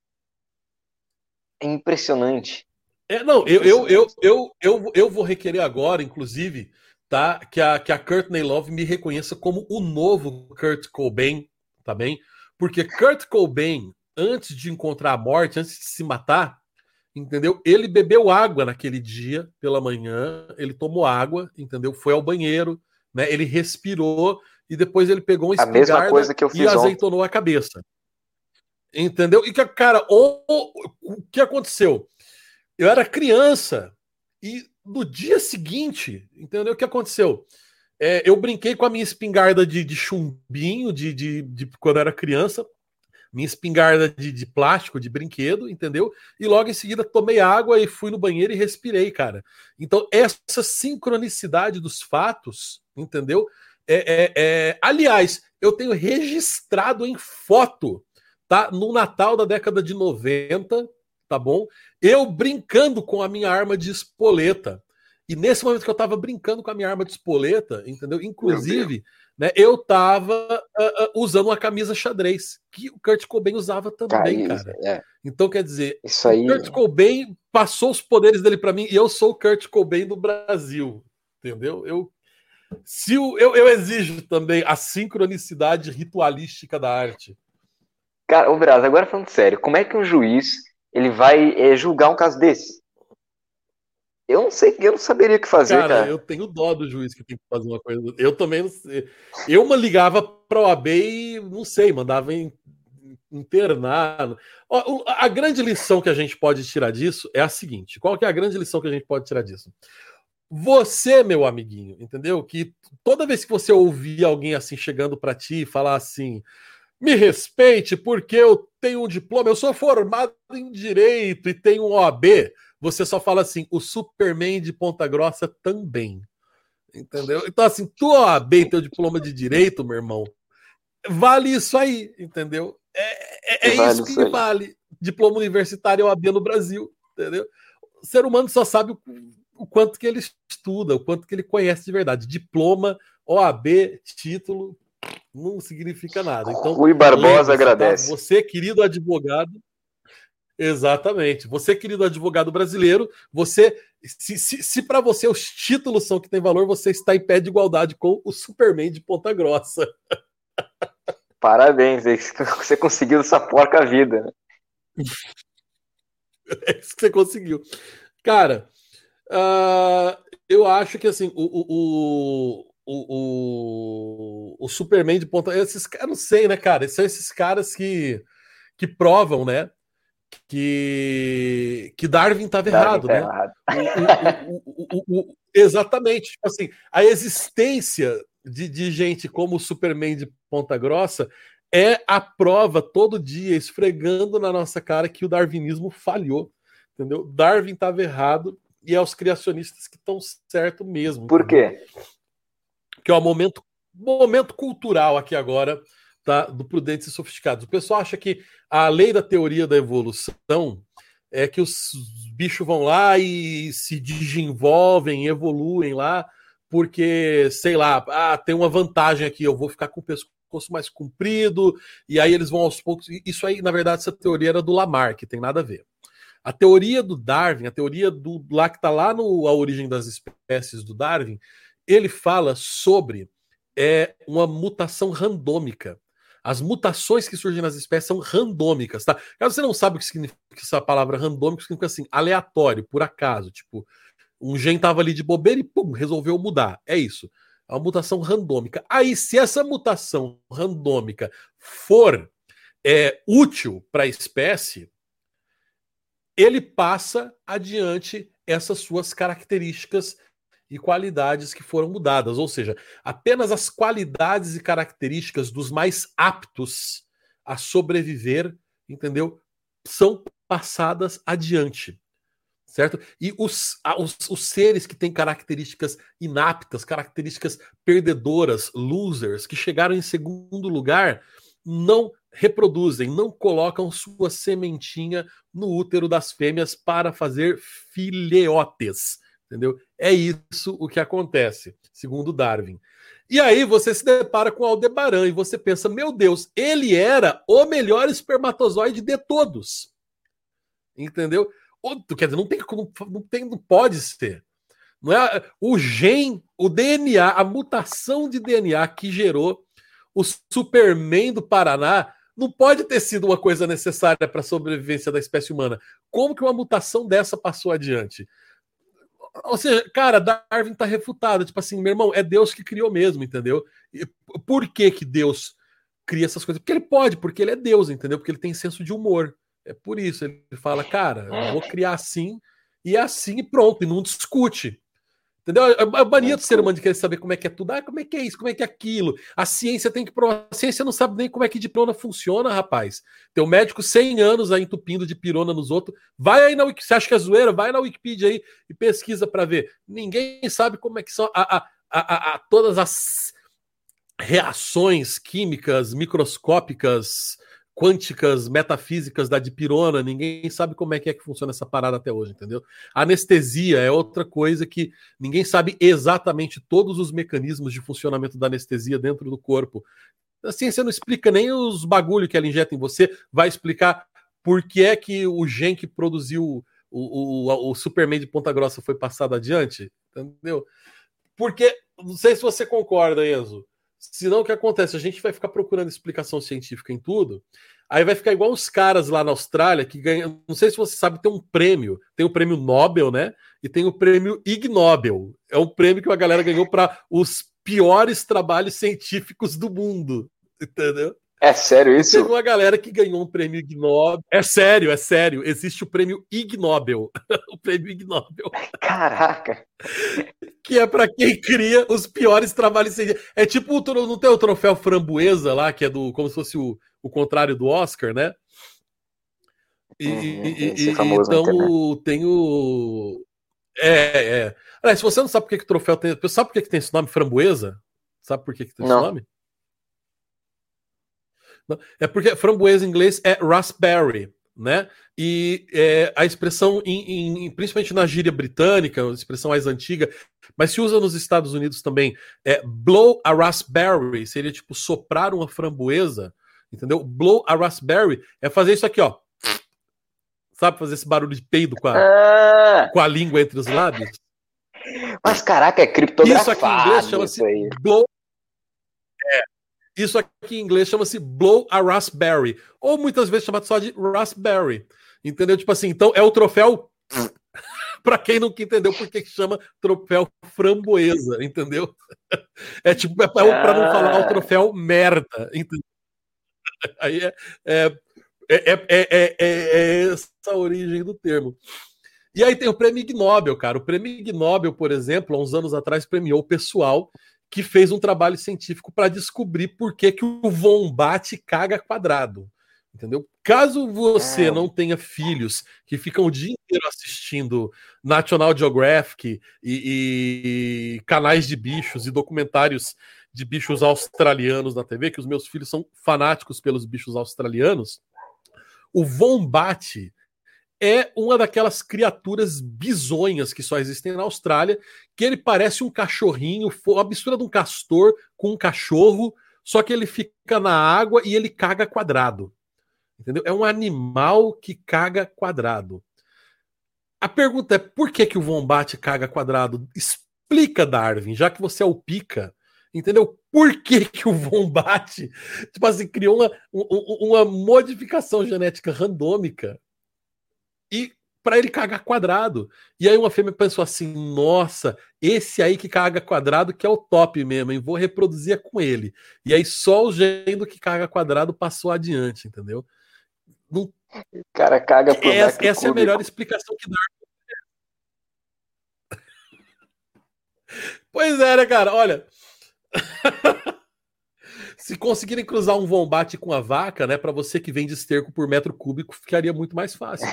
É impressionante. É, não, eu, eu, eu, eu, eu, eu vou requerer agora, inclusive, tá, que a, que a Courtney Love me reconheça como o novo Kurt Cobain, tá bem? Porque Kurt Cobain, antes de encontrar a morte, antes de se matar, entendeu? Ele bebeu água naquele dia, pela manhã, ele tomou água, entendeu? Foi ao banheiro, né? Ele respirou e depois ele pegou uma espingarda a mesma coisa que eu fiz e azeitou a cabeça. Entendeu? E que, cara, o, o que aconteceu? Eu era criança e no dia seguinte, entendeu? O que aconteceu? É, eu brinquei com a minha espingarda de, de chumbinho, de, de, de quando eu era criança, minha espingarda de, de plástico, de brinquedo, entendeu? E logo em seguida tomei água e fui no banheiro e respirei, cara. Então, essa sincronicidade dos fatos, entendeu? É, é, é... Aliás, eu tenho registrado em foto, tá? No Natal da década de noventa, tá bom? Eu brincando com a minha arma de espoleta. E nesse momento que eu tava brincando com a minha arma de espoleta, entendeu? Inclusive, né, eu tava uh, uh, usando uma camisa xadrez, que o Kurt Cobain usava também, cara. cara. É. Então, quer dizer, isso aí... o Kurt Cobain passou os poderes dele para mim e eu sou o Kurt Cobain do Brasil, entendeu? Eu, se o, eu, eu exijo também a sincronicidade ritualística da arte. Cara, ô Braz, agora falando sério, como é que um juiz ele vai é, julgar um caso desse? Eu não sei, eu não saberia o que fazer, cara. Cara, eu tenho dó do juiz que tem que fazer uma coisa. Eu também não sei. Eu me ligava para o A B e, não sei, mandava internar. A grande lição que a gente pode tirar disso é a seguinte: qual que é a grande lição que a gente pode tirar disso? Você, meu amiguinho, entendeu? Que toda vez que você ouvir alguém assim chegando para ti e falar assim, me respeite porque eu tenho um diploma, eu sou formado em Direito e tenho um O A B, você só fala assim, o Superman de Ponta Grossa também. Entendeu? Então, assim, tu O A B e teu diploma de Direito, meu irmão, vale isso aí, entendeu? É, é, é vale isso que isso vale. Diploma universitário O A B no Brasil, entendeu? O ser humano só sabe o, o quanto que ele estuda, o quanto que ele conhece de verdade. Diploma, O A B, título, não significa nada. Então, Rui Barbosa agradece. Tá? Você, querido advogado, exatamente. Você, querido advogado brasileiro, você, se, se, se para você os títulos são que têm valor, você está em pé de igualdade com o Superman de Ponta Grossa. Parabéns, você conseguiu essa porca vida. É isso que você conseguiu. Cara, uh, eu acho que assim, o, o, o, o, o Superman de Ponta... Esses caras, não sei, né, cara? São esses caras que, que provam, né? Que, que Darwin estava errado, tá né? Errado. O, o, o, o, exatamente. Tipo assim, a existência de, de gente como o Superman de Ponta Grossa é a prova todo dia, esfregando na nossa cara que o darwinismo falhou. Entendeu? Darwin estava errado e é os criacionistas que estão certo mesmo. Por entendeu? quê? Que é o momento, momento cultural aqui agora, tá, do Prudentes e Sofisticados. O pessoal acha que a lei da teoria da evolução é que os bichos vão lá e se desenvolvem, evoluem lá, porque, sei lá, ah, tem uma vantagem aqui, eu vou ficar com o pescoço mais comprido, e aí eles vão aos poucos. Isso aí, na verdade, essa teoria era do Lamarck, tem nada a ver. A teoria do Darwin, a teoria do lá que está lá no A Origem das Espécies do Darwin, ele fala sobre é, uma mutação randômica. As mutações que surgem nas espécies são randômicas, tá? Caso você não sabe o que significa essa palavra randômico, significa assim, aleatório, por acaso. Tipo, um gene estava ali de bobeira e pum, resolveu mudar. É isso. É uma mutação randômica. Aí, se essa mutação randômica for é, útil para a espécie, ele passa adiante essas suas características e qualidades que foram mudadas, ou seja, apenas as qualidades e características dos mais aptos a sobreviver entendeu? São passadas adiante, certo? E os, os, os seres que têm características inaptas, características perdedoras, losers, que chegaram em segundo lugar, não reproduzem, não colocam sua sementinha no útero das fêmeas para fazer filhotes, entendeu? É isso o que acontece, segundo Darwin. E aí você se depara com Aldebaran e você pensa, meu Deus, ele era o melhor espermatozoide de todos, entendeu? Quer dizer, não tem, não tem, não pode ser. Não é o gene, o D N A, a mutação de D N A que gerou o Superman do Paraná não pode ter sido uma coisa necessária para a sobrevivência da espécie humana. Como que uma mutação dessa passou adiante? Ou seja, cara, Darwin tá refutado. Tipo assim, meu irmão, é Deus que criou mesmo, entendeu? E por que que Deus cria essas coisas? Porque ele pode, porque ele é Deus, entendeu? Porque ele tem senso de humor. É por isso. Ele fala, cara, eu vou criar assim, e é assim e pronto, e não discute. Entendeu? A mania do ser humano de querer saber como é que é tudo. Ah, como é que é isso? Como é que é aquilo? A ciência tem que provar. A ciência não sabe nem como é que dipirona funciona, rapaz. Tem um médico cem anos aí entupindo de pirona nos outros. Vai aí na Wikipedia. Você acha que é zoeira? Vai na Wikipedia aí e pesquisa para ver. Ninguém sabe como é que são a, a, a, a, todas as reações químicas, microscópicas, quânticas, metafísicas da dipirona, ninguém sabe como é que é que funciona essa parada até hoje, entendeu? Anestesia é outra coisa que ninguém sabe exatamente todos os mecanismos de funcionamento da anestesia dentro do corpo. A ciência não explica nem os bagulho que ela injeta em você, vai explicar por que é que o gene que produziu o, o, o Superman de Ponta Grossa foi passado adiante, entendeu? Porque, não sei se você concorda, Enzo, senão o que acontece? A gente vai ficar procurando explicação científica em tudo, aí vai ficar igual os caras lá na Austrália que ganham. Não sei se você sabe, tem um prêmio, tem o prêmio Nobel, né? E tem o prêmio Ig Nobel. É um prêmio que a galera ganhou para os piores trabalhos científicos do mundo, entendeu? É sério isso? Teve uma galera que ganhou um prêmio Ig Nobel. É sério, é sério. Existe o prêmio Ig Nobel. O prêmio Ig Nobel. Caraca! Que é para quem cria os piores trabalhos científicos. É tipo, não tem o troféu Framboesa lá, que é do como se fosse o, o contrário do Oscar, né? E, uhum, e, e então tem o... É, é. Aliás, se você não sabe por que, que o troféu tem... Sabe por que, que tem esse nome, Framboesa? Sabe por que, que tem não. esse nome? É porque framboesa em inglês é raspberry, né? E é, a expressão, em, em, principalmente na gíria britânica, a expressão mais antiga, mas se usa nos Estados Unidos também, é blow a raspberry, seria tipo soprar uma framboesa, entendeu? Blow a raspberry é fazer isso aqui, ó. Sabe, fazer esse barulho de peido com a, ah. com a língua entre os lábios? Mas caraca, é criptografado. Isso aqui em inglês chama-se blow... É. Isso aqui em inglês chama-se blow a raspberry. Ou muitas vezes chamado só de raspberry. Entendeu? Tipo assim, então é o troféu... Para quem nunca entendeu por que chama troféu framboesa, entendeu? É tipo, é para não falar o troféu merda, entendeu? Aí é, é, é, é, é, é essa a origem do termo. E aí tem o prêmio Ig Nobel, cara. O prêmio Ig Nobel, por exemplo, há uns anos atrás, premiou o pessoal que fez um trabalho científico para descobrir por que, que o Wombat caga quadrado. Entendeu? Caso você não tenha filhos que ficam o dia inteiro assistindo National Geographic e, e canais de bichos e documentários de bichos australianos na T V, que os meus filhos são fanáticos pelos bichos australianos, o Wombat é uma daquelas criaturas bizonhas que só existem na Austrália, que ele parece um cachorrinho, uma mistura de um castor com um cachorro, só que ele fica na água e ele caga quadrado. Entendeu? É um animal que caga quadrado. A pergunta é, por que, que o Wombat caga quadrado? Explica, Darwin, já que você é o pica, entendeu? Por que, que o Wombat, tipo assim, criou uma, uma modificação genética randômica e para ele cagar quadrado. E aí uma fêmea pensou assim, nossa, esse aí que caga quadrado que é o top mesmo, hein? Vou reproduzir com ele. E aí só o gene do que caga quadrado passou adiante, entendeu? Não... Cara, caga pro essa, essa é a melhor explicação que dá. Pois é, né, cara? Olha. Se conseguirem cruzar um Vombate com a vaca, né, para você que vende esterco por metro cúbico, ficaria muito mais fácil.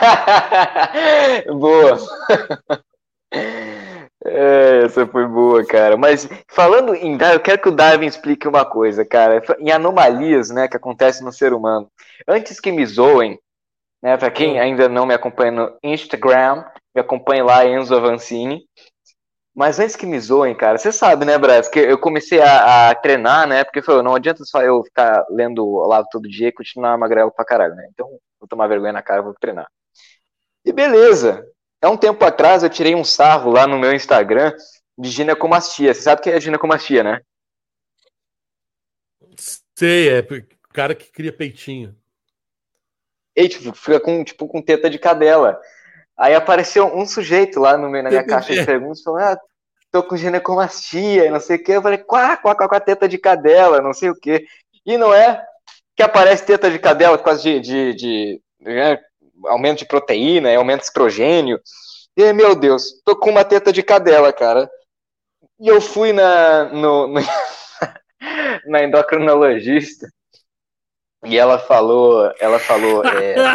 Boa. É, essa foi boa, cara. Mas falando em Darwin, eu quero que o Darwin explique uma coisa, cara. Em anomalias, né, que acontecem no ser humano. Antes que me zoem, né, para quem ainda não me acompanha no Instagram, me acompanhe lá, Enzo Avancini. Mas antes que me zoem, cara, você sabe, né, Brás, que eu comecei a, a treinar, né, porque foi, não adianta só eu ficar lendo o Olavo todo dia e continuar magrelo pra caralho, né, então vou tomar vergonha na cara, vou treinar. E beleza, há um tempo atrás eu tirei um sarro lá no meu Instagram de ginecomastia, você sabe o que é ginecomastia, né? Sei, é o cara que cria peitinho. E tipo, fica com, tipo, com teta de cadela. Aí apareceu um sujeito lá no meu, na minha caixa de perguntas falando, ah, tô com ginecomastia e não sei o que. Eu falei, quá, quá, quá, quá, teta de cadela, não sei o que. E não é que aparece teta de cadela por causa de, de, de né, aumento de proteína, aumento de estrogênio. E, meu Deus, tô com uma teta de cadela, cara. E eu fui na, no, no na endocrinologista e ela falou, ela falou, é...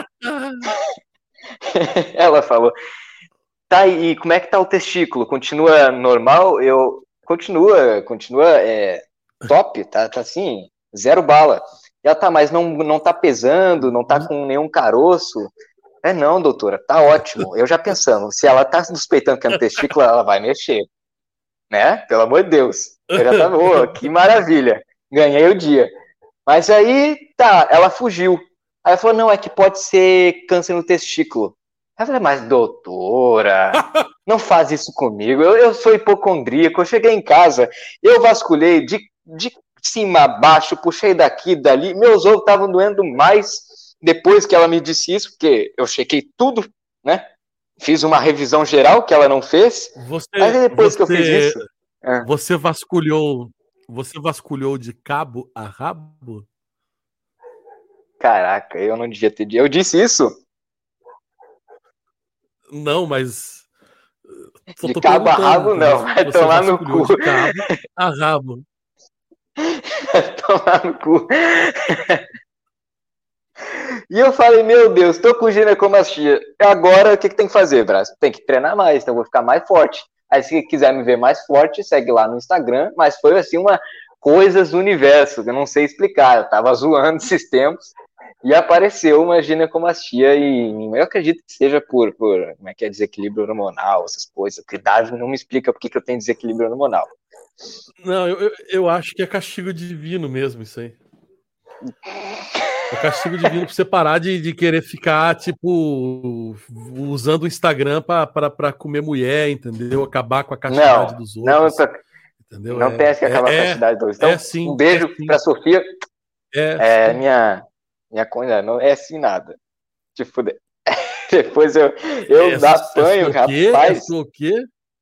ela falou, tá, e como é que tá o testículo? Continua normal? Eu, continua, continua é, top, tá, tá assim, zero bala. E ela tá, mas não, não tá pesando, não tá com nenhum caroço. É não, doutora, tá ótimo. Eu já pensando, se ela tá suspeitando que é no testículo, ela vai mexer. Né? Pelo amor de Deus. Eu já tava, oh, que maravilha. Ganhei o dia. Mas aí, tá, ela fugiu. Aí ela falou, não, é que pode ser câncer no testículo. Aí eu falei, mas doutora, não faz isso comigo. Eu, eu sou hipocondríaco. Eu cheguei em casa, eu vasculhei de, de cima a baixo, puxei daqui, dali. Meus ovos estavam doendo mais depois que ela me disse isso, porque eu chequei tudo, né? Fiz uma revisão geral que ela não fez. Você, mas depois você, que eu fiz isso... É. Você vasculhou, você vasculhou de cabo a rabo? Caraca, eu não devia ter... Eu disse isso? Não, mas... Só de cabo a rabo, não. Vai tomar no cu. De cabo a rabo. Vai tomar no cu. E eu falei, meu Deus, tô com ginecomastia. Agora, o que, que tem que fazer, Brás? Tem que treinar mais, então eu vou ficar mais forte. Aí, se quiser me ver mais forte, segue lá no Instagram. Mas foi, assim, uma coisas do universo, que eu não sei explicar. Eu tava zoando esses tempos e apareceu uma ginecomastia e eu acredito que seja por, por como é que é, desequilíbrio hormonal, essas coisas. Que Darwin não me explica por que eu tenho desequilíbrio hormonal. Não, eu, eu, eu acho que é castigo divino mesmo, isso aí. É castigo divino pra você parar de, de querer ficar, tipo, usando o Instagram pra, pra, pra comer mulher, entendeu? Acabar com a castidade não, dos outros. Não, entendeu? Não é, tem que acabar é, com a castidade dos outros. Então, é sim, um beijo é pra Sofia. É, é minha, minha coisa, não é assim nada. Te fuder. Depois eu, eu é, apanho, é rapaz. É o quê?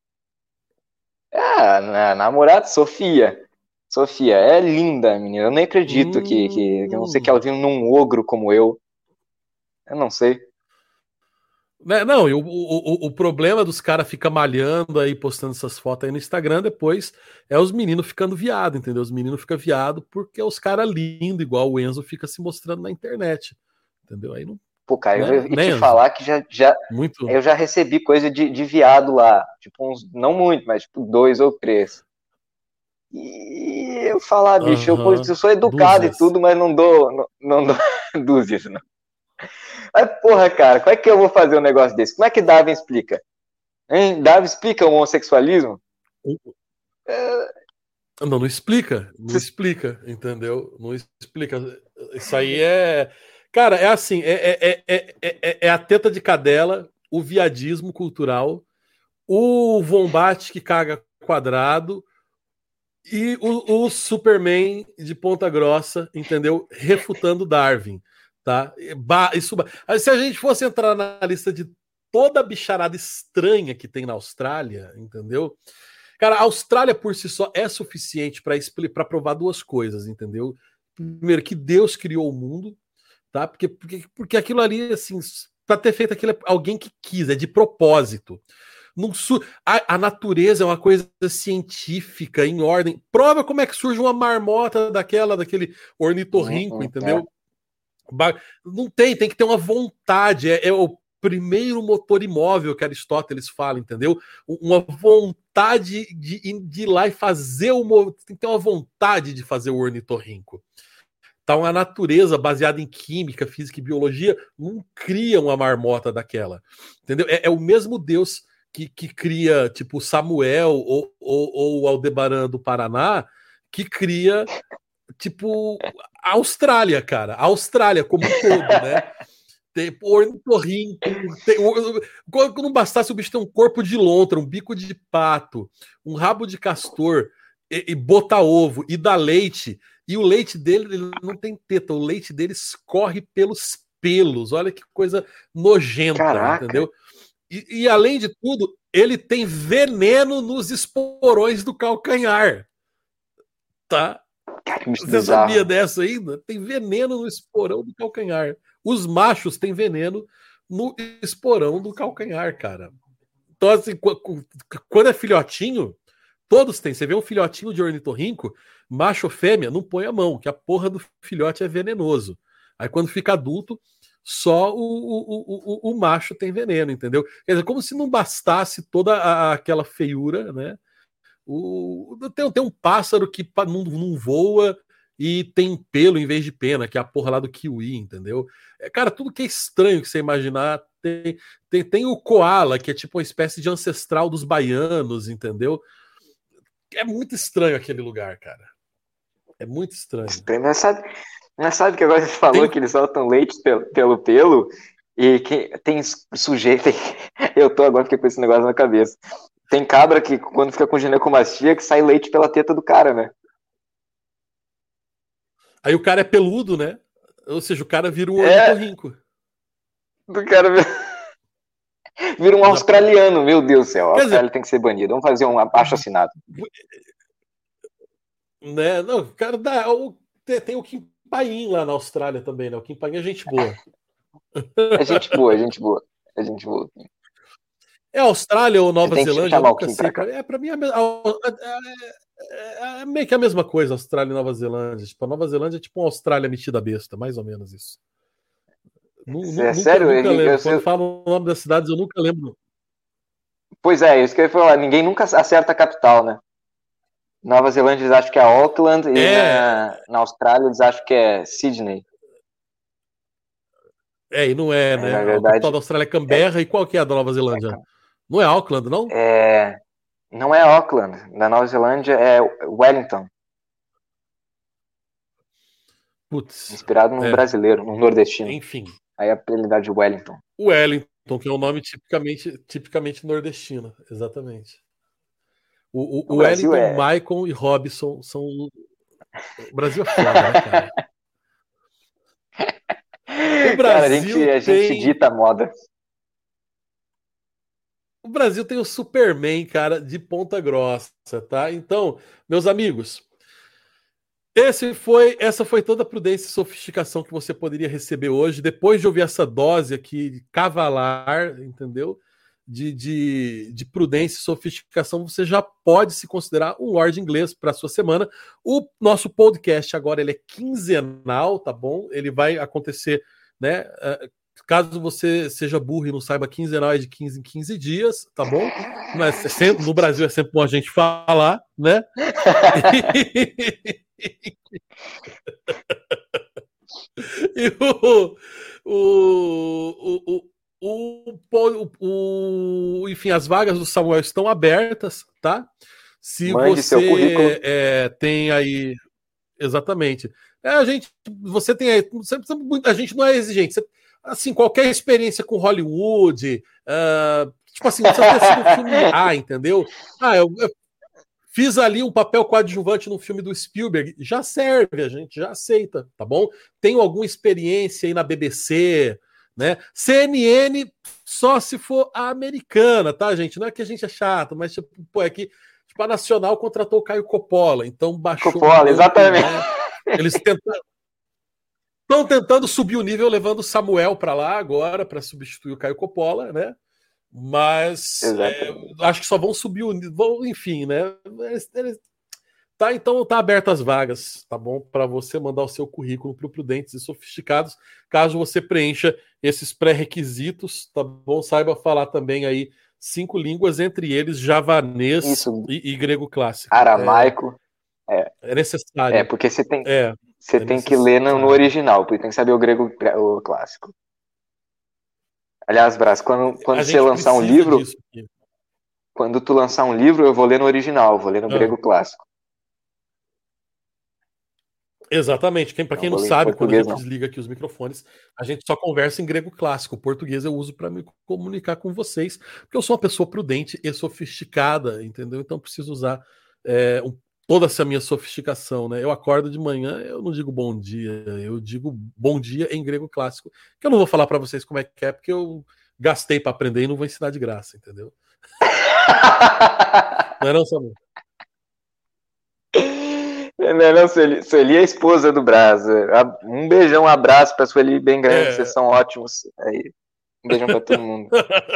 Ah, na, namorada Sofia. Sofia, é linda, menina. Eu nem acredito hum... que, que, que eu não sei que ela viu num ogro como eu. Eu não sei. Não, e o, o, o problema dos caras ficar malhando aí, postando essas fotos aí no Instagram, depois é os meninos ficando viado, entendeu? Os meninos ficam viado porque os caras lindos, igual o Enzo, fica se mostrando na internet, entendeu? Aí não. Pô, cara, né? eu ia te Enzo? falar que já, já muito... eu já recebi coisa de, de viado lá, tipo uns, não muito, mas tipo dois ou três. E eu falar, bicho, uhum. eu, eu sou educado dúzias. E tudo, mas não dou, não, não dou dúzias, não. Mas, porra, cara, como é que eu vou fazer um negócio desse? Como é que Darwin explica? Hein? Darwin explica o homossexualismo? É... Não, não explica. Não explica, entendeu? Não explica. Isso aí é... Cara, é assim, é, é, é, é, é a teta de cadela, o viadismo cultural, o Vombate que caga quadrado e o, o Superman de Ponta Grossa, entendeu? Refutando Darwin. Tá? Isso, se a gente fosse entrar na lista de toda a bicharada estranha que tem na Austrália, entendeu? Cara, a Austrália por si só é suficiente para provar duas coisas, entendeu? Primeiro, que Deus criou o mundo, tá? Porque, porque, porque aquilo ali, assim, para ter feito aquilo é alguém que quis, é de propósito. Não su... a, a natureza é uma coisa científica, em ordem. Prova como é que surge uma marmota daquela, daquele ornitorrinco, Uhum, entendeu? É. Não tem, tem que ter uma vontade. É, é o primeiro motor imóvel que Aristóteles fala, entendeu? Uma vontade de, de ir lá e fazer o... Tem que ter uma vontade de fazer o ornitorrinco. Então, a natureza, baseada em química, física e biologia, não cria uma marmota daquela. Entendeu? É, é o mesmo Deus que, que cria, tipo, Samuel ou, ou, ou o Aldebaran do Paraná, que cria, tipo, a Austrália, cara. A Austrália como um todo, né? Tem ornitorrinco. Tem, quando não bastasse o bicho ter um corpo de lontra, um bico de pato, um rabo de castor, e, e botar ovo e dar leite. E o leite dele ele não tem teta, o leite dele escorre pelos pelos. Olha que coisa nojenta, Caraca. Entendeu? E, e além de tudo, ele tem veneno nos esporões do calcanhar. Tá? Você sabia dessa ainda? Tem veneno no esporão do calcanhar. Os machos têm veneno no esporão do calcanhar, cara. Então, assim, quando é filhotinho, todos têm. Você vê um filhotinho de ornitorrinco, macho ou fêmea, não põe a mão, que a porra do filhote é venenoso. Aí quando fica adulto, só o, o, o, o macho tem veneno, entendeu? Quer dizer, como se não bastasse toda a, aquela feiura, né? O, tem, tem um pássaro que não, não voa e tem pelo em vez de pena, que é a porra lá do kiwi, entendeu? É, cara, tudo que é estranho que você imaginar. Tem, tem, tem o koala, que é tipo uma espécie de ancestral dos baianos, entendeu? É muito estranho aquele lugar, cara. É muito estranho. Mas sabe, mas sabe que agora você falou tem... que eles soltam leite pelo, pelo pelo e que tem sujeito. Eu tô agora fiquei com esse negócio na cabeça. Tem cabra que quando fica com ginecomastia que sai leite pela teta do cara, né? Aí o cara é peludo, né? Ou seja, o cara vira um ornitorrinco. É... Do cara vira, vira um australiano, meu Deus do céu. A Austrália dizer... tem que ser banido. Vamos fazer um abaixo-assinado. Né? Não, o cara dá. Tem, tem o Kim Paim lá na Austrália também, né? O Kim Paim é gente boa. É gente boa, é gente boa. É gente boa. É Austrália ou Nova Zelândia? Eu nunca sei. Pra é, pra mim é, é, é meio que a mesma coisa, Austrália e Nova Zelândia. Tipo, a Nova Zelândia é tipo uma Austrália metida besta, mais ou menos isso. É nunca, sério? Nunca eu, lembro. eu, Quando eu... falo o nome das cidades, eu nunca lembro. Pois é, isso que eu ia falar. Ninguém nunca acerta a capital, né? Nova Zelândia eles acham que é Auckland e é... na, na Austrália eles acham que é Sydney. É, e não é, né? Na verdade, a capital da Austrália é Canberra, é... e qual que é a da Nova Zelândia? É... Não é Auckland, não? É... Não é Auckland. Da Nova Zelândia é Wellington. Putz. Inspirado num é... brasileiro, num nordestino. Enfim. Aí a apelidade de Wellington. Wellington, que é um nome tipicamente, tipicamente nordestino, exatamente. O, o, o Wellington, é... Michael e Robson são... O Brasil é foda, né, cara? O Brasil cara, a gente, a tem... gente dita a moda. O Brasil tem o Superman, cara, de Ponta Grossa, tá? Então, meus amigos, esse foi, essa foi toda a prudência e sofisticação que você poderia receber hoje, depois de ouvir essa dose aqui cavalar, entendeu? De, de, de prudência e sofisticação, você já pode se considerar um Lorde Inglês para a sua semana. O nosso podcast agora ele é quinzenal, tá bom? Ele vai acontecer, né? Caso você seja burro e não saiba, quinzenal é de quinze em quinze dias, tá bom? Mas é sempre, no Brasil é sempre bom a gente falar, né? E o, o, o, o, o, o, enfim, as vagas do Samuel estão abertas, tá? Se Mande você seu currículo. É, tem aí. Exatamente. É, a gente, você tem aí. A gente não é exigente. Você, assim, qualquer experiência com Hollywood, uh, tipo assim, não precisa ter sido um filme A, entendeu? Ah, eu, eu fiz ali um papel coadjuvante no filme do Spielberg, já serve, a gente já aceita, tá bom? Tenho alguma experiência aí na B B C, né? C N N só se for a americana, tá, gente? Não é que a gente é chato, mas tipo, pô, é que tipo, a Nacional contratou o Caio Coppola, então baixou... Coppola, um exatamente. Né? Eles tentaram... Estão tentando subir o nível, levando o Samuel para lá agora, para substituir o Caio Coppola, né? Mas é, acho que só vão subir o nível, enfim, né? Eles, eles, tá, então tá aberto as vagas, tá bom? Para você mandar o seu currículo para o Prudentes e Sofisticados, caso você preencha esses pré-requisitos, tá bom? Saiba falar também aí cinco línguas, entre eles javanês e, e grego clássico. Aramaico. É, é necessário. É, porque você tem, é, você é tem que ler no, no original, porque tem que saber o grego o clássico. Aliás, Brás, quando, quando você lançar um livro, quando tu lançar um livro, eu vou ler no original, vou ler no ah. grego clássico. Exatamente. Quem, para quem não, não sabe, quando a gente não. desliga aqui os microfones, a gente só conversa em grego clássico. O português eu uso para me comunicar com vocês, porque eu sou uma pessoa prudente e sofisticada, entendeu? Então preciso usar é, um, toda essa minha sofisticação, né? Eu acordo de manhã, eu não digo bom dia, eu digo bom dia em grego clássico, que eu não vou falar para vocês como é que é, porque eu gastei para aprender e não vou ensinar de graça, entendeu? Não é não, Samuel? Não, não, Sueli, Sueli é a esposa do Brás. Um beijão, um abraço pra Sueli bem grande, é. Vocês são ótimos. Aí, um beijão pra todo mundo.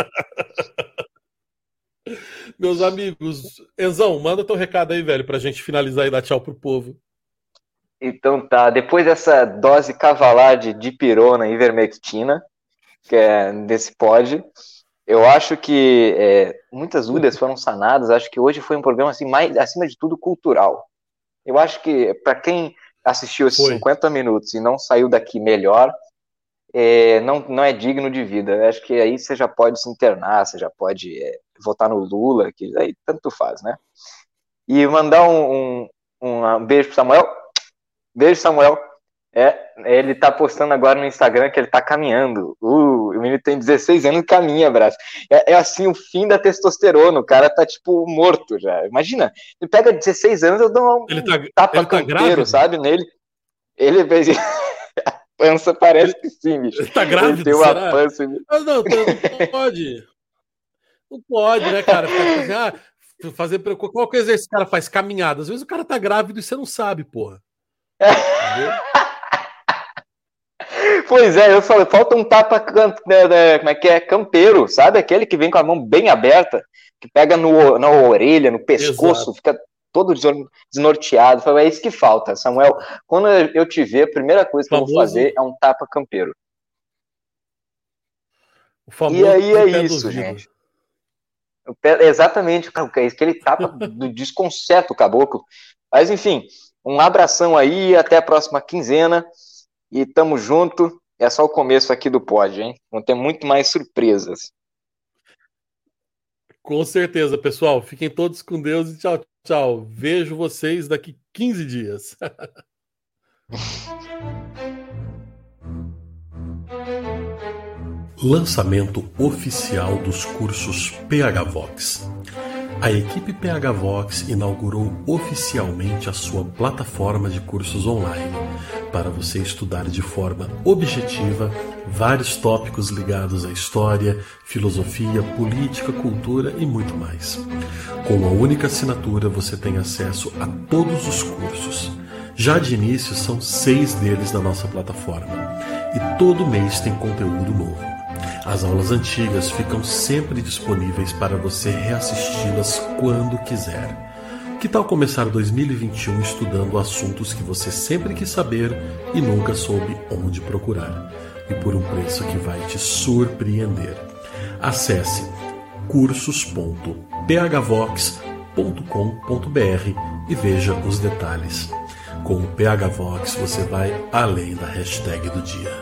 Meus amigos, Enzão, manda teu recado aí, velho, pra gente finalizar e dar tchau pro povo. Então tá, depois dessa dose cavalar de dipirona e ivermectina, que é desse pod, eu acho que é, muitas dúvidas foram sanadas. Acho que hoje foi um programa, assim, mais, acima de tudo, cultural. Eu acho que para quem assistiu esses Foi. cinquenta minutos e não saiu daqui melhor, é, não, não é digno de vida. Eu acho que aí você já pode se internar, você já pode é, votar no Lula, que aí tanto faz, né? E mandar um, um, um beijo pro Samuel. Beijo, Samuel. É, ele tá postando agora no Instagram que ele tá caminhando. Uh, o menino tem dezesseis anos e caminha, braço. É, é assim o fim da testerona. O cara tá, tipo, morto já. Imagina, ele pega dezesseis anos, eu dou um ele tá, tapa ele tá campeiro, grávido? sabe, nele. Ele fez... a pança parece ele, que sim, bicho. Ele tá grávido, ele tem uma será? pança... Mas não, não pode. Não pode, né, cara? Assim, ah, fazer... Qual coisa esse cara faz? Caminhada. Às vezes o cara tá grávido e você não sabe, porra. Entendeu? Pois é, eu falei, falta um tapa, como é que é, campeiro, sabe? Aquele que vem com a mão bem aberta, que pega no, na orelha, no pescoço, Exato. Fica todo desnorteado. Eu falei, é isso que falta, Samuel. Quando eu te ver, a primeira coisa que famoso... eu vou fazer é um tapa campeiro. E aí é isso, gente. Pé, exatamente, aquele tapa do desconcerto, caboclo. Mas enfim, um abração aí, até a próxima quinzena. E tamo junto. É só o começo aqui do pod, hein? Vão ter muito mais surpresas. Com certeza, pessoal. Fiquem todos com Deus e tchau, tchau. Vejo vocês daqui quinze dias. Lançamento oficial dos cursos PHVox. A equipe PHVox inaugurou oficialmente a sua plataforma de cursos online para você estudar de forma objetiva vários tópicos ligados à história, filosofia, política, cultura e muito mais. Com uma única assinatura você tem acesso a todos os cursos. Já de início são seis deles na nossa plataforma e todo mês tem conteúdo novo. As aulas antigas ficam sempre disponíveis para você reassisti-las quando quiser. Que tal começar dois mil e vinte e um estudando assuntos que você sempre quis saber e nunca soube onde procurar? E por um preço que vai te surpreender. Acesse cursos ponto p h vox ponto com ponto b r e veja os detalhes. Com o PHVox você vai além da hashtag do dia.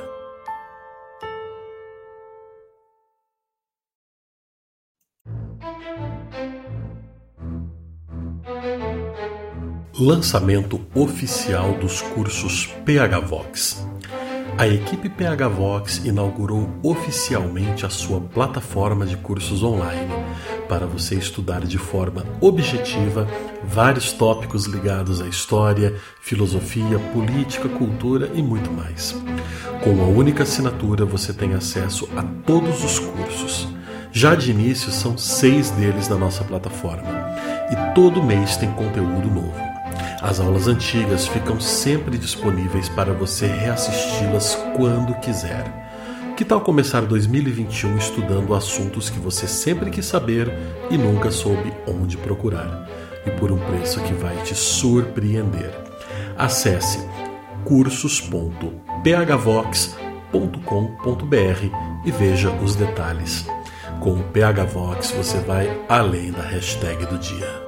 Lançamento oficial dos cursos PHVox. A equipe PHVox inaugurou oficialmente a sua plataforma de cursos online para você estudar de forma objetiva vários tópicos ligados à história, filosofia, política, cultura e muito mais. Com uma única assinatura você tem acesso a todos os cursos. Já de início são seis deles na nossa plataforma e todo mês tem conteúdo novo. As aulas antigas ficam sempre disponíveis para você reassisti-las quando quiser. Que tal começar dois mil e vinte e um estudando assuntos que você sempre quis saber e nunca soube onde procurar, e por um preço que vai te surpreender? Acesse cursos ponto p h vox ponto com ponto b r e veja os detalhes. Com o P H Vox você vai além da hashtag do dia.